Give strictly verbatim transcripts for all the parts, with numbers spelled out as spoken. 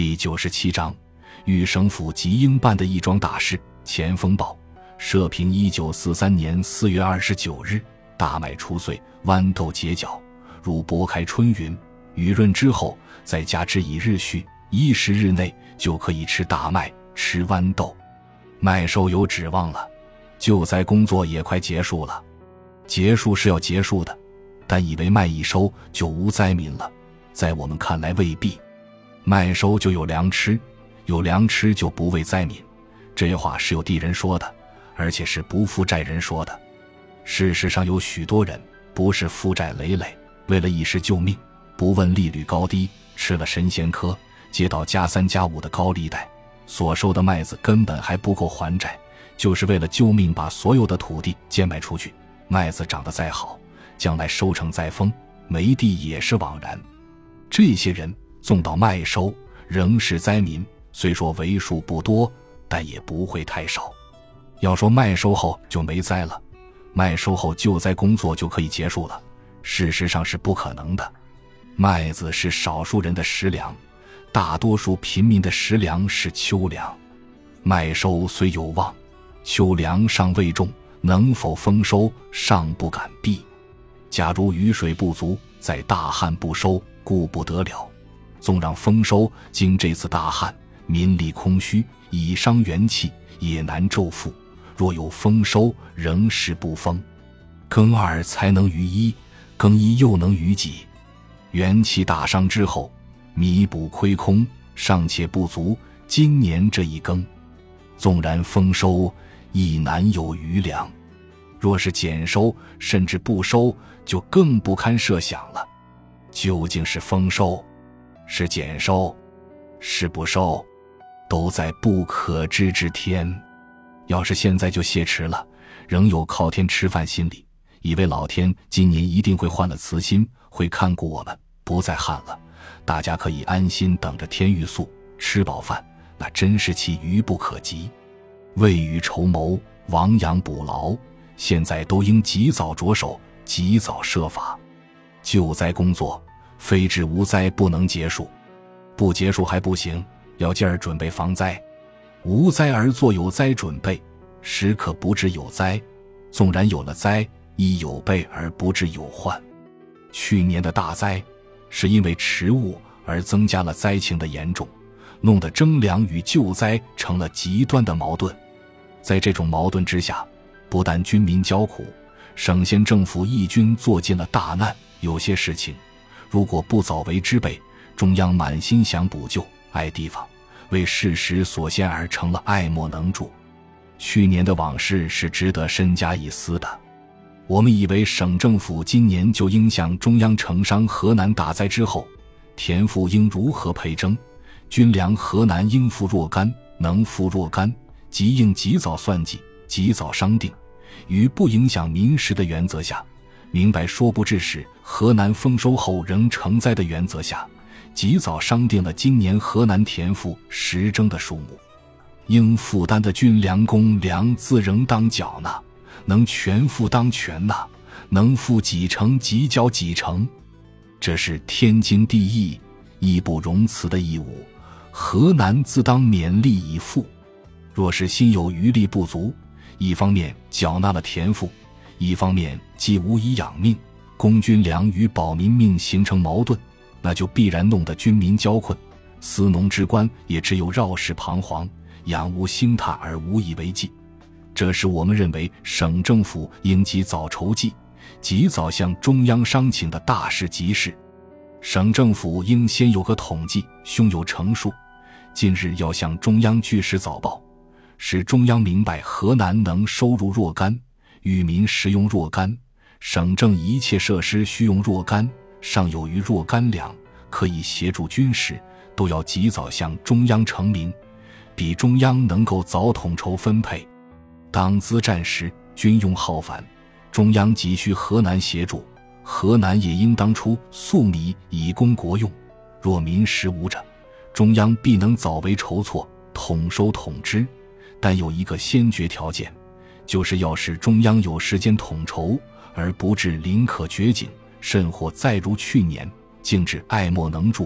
第九十七章，豫省府即应办的一桩大事。前锋报，社评一九四三年四月二十九日，大麦出穗，豌豆结角，如拨开春云，雨润之后，再加之以日序，一十日内就可以吃大麦，吃豌豆，麦收有指望了。救灾工作也快结束了，结束是要结束的，但以为麦一收就无灾民了，在我们看来未必。麦收就有粮吃，有粮吃就不为灾民，这话是有地人说的，而且是不负债人说的。事实上有许多人不是负债累累，为了一时救命，不问利率高低，吃了神仙科，接到加三加五的高利贷，所收的麦子根本还不够还债，就是为了救命把所有的土地贱卖出去。麦子长得再好，将来收成再丰，没地也是枉然。这些人纵到麦收仍是灾民，虽说为数不多，但也不会太少。要说麦收后就没灾了，麦收后救灾工作就可以结束了，事实上是不可能的。麦子是少数人的食粮，大多数平民的食粮是秋粮。麦收虽有望，秋粮尚未种，能否丰收尚不敢避。假如雨水不足，在大旱不收，顾不得了。纵让丰收，经这次大旱，民力空虚，以伤元气，也难骤复。若有丰收，仍是不丰。耕二才能于一，耕一又能于几？元气大伤之后，弥补亏空尚且不足，今年这一耕，纵然丰收，亦难有余粮。若是减收，甚至不收，就更不堪设想了。究竟是丰收，是减收，是不收，都在不可知之天。要是现在就谢持了，仍有靠天吃饭心理，以为老天今年一定会换了慈心，会看顾我们，不再旱了，大家可以安心等着天欲速，吃饱饭，那真是其愚不可及。未雨绸缪，亡羊补牢，现在都应及早着手，及早设法。救灾工作非至无灾不能结束，不结束还不行，要劲儿准备防灾。无灾而做有灾准备，时可不致有灾；纵然有了灾，亦有备而不致有患。去年的大灾是因为迟误而增加了灾情的严重，弄得征粮与救灾成了极端的矛盾。在这种矛盾之下，不但军民交苦，省县政府义军做尽了大难。有些事情如果不早为之备，中央满心想补救爱地方，为事实所限而成了爱莫能助。去年的往事是值得深加一思的。我们以为省政府今年就应向中央承商河南打灾之后，田赋应如何配征，军粮河南应付若干，能付若干，即应及早算计，及早商定，于不影响民食的原则下，明白说不致使河南丰收后仍成灾的原则下，及早商定了今年河南田赋实征的数目。应负担的军粮公粮自仍当缴纳，能全付当全纳，能付几成即缴几成，这是天经地义义不容辞的义务，河南自当勉力以付。若是心有余力不足，一方面缴纳了田赋，一方面既无以养命，供军粮与保民命形成矛盾，那就必然弄得军民交困，司农之官也只有绕世彷徨，仰无星榻而无以为继。这是我们认为省政府应及早筹计，及早向中央商请的大事急事。省政府应先有个统计，胸有成数，近日要向中央据实早报，使中央明白河南能收入若干，与民食用若干，省政一切设施需用若干，尚有余若干粮可以协助军事，都要及早向中央呈明，比中央能够早统筹分配。当资战时，军用浩繁，中央急需河南协助，河南也应当出粟米以供国用。若民食无着，中央必能早为筹措，统收统支。但有一个先决条件，就是要使中央有时间统筹，而不致临可绝井，甚或再如去年，竟至爱莫能助，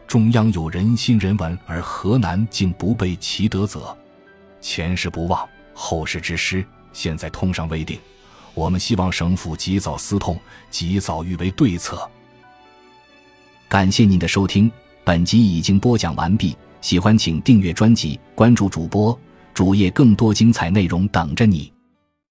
中央有人心人文，而河南竟不备其德则？前事不忘，后事之师，现在通商未定，我们希望省府及早思痛，及早预为对策。感谢您的收听，本集已经播讲完毕，喜欢请订阅专辑，关注主播，主页更多精彩内容等着你。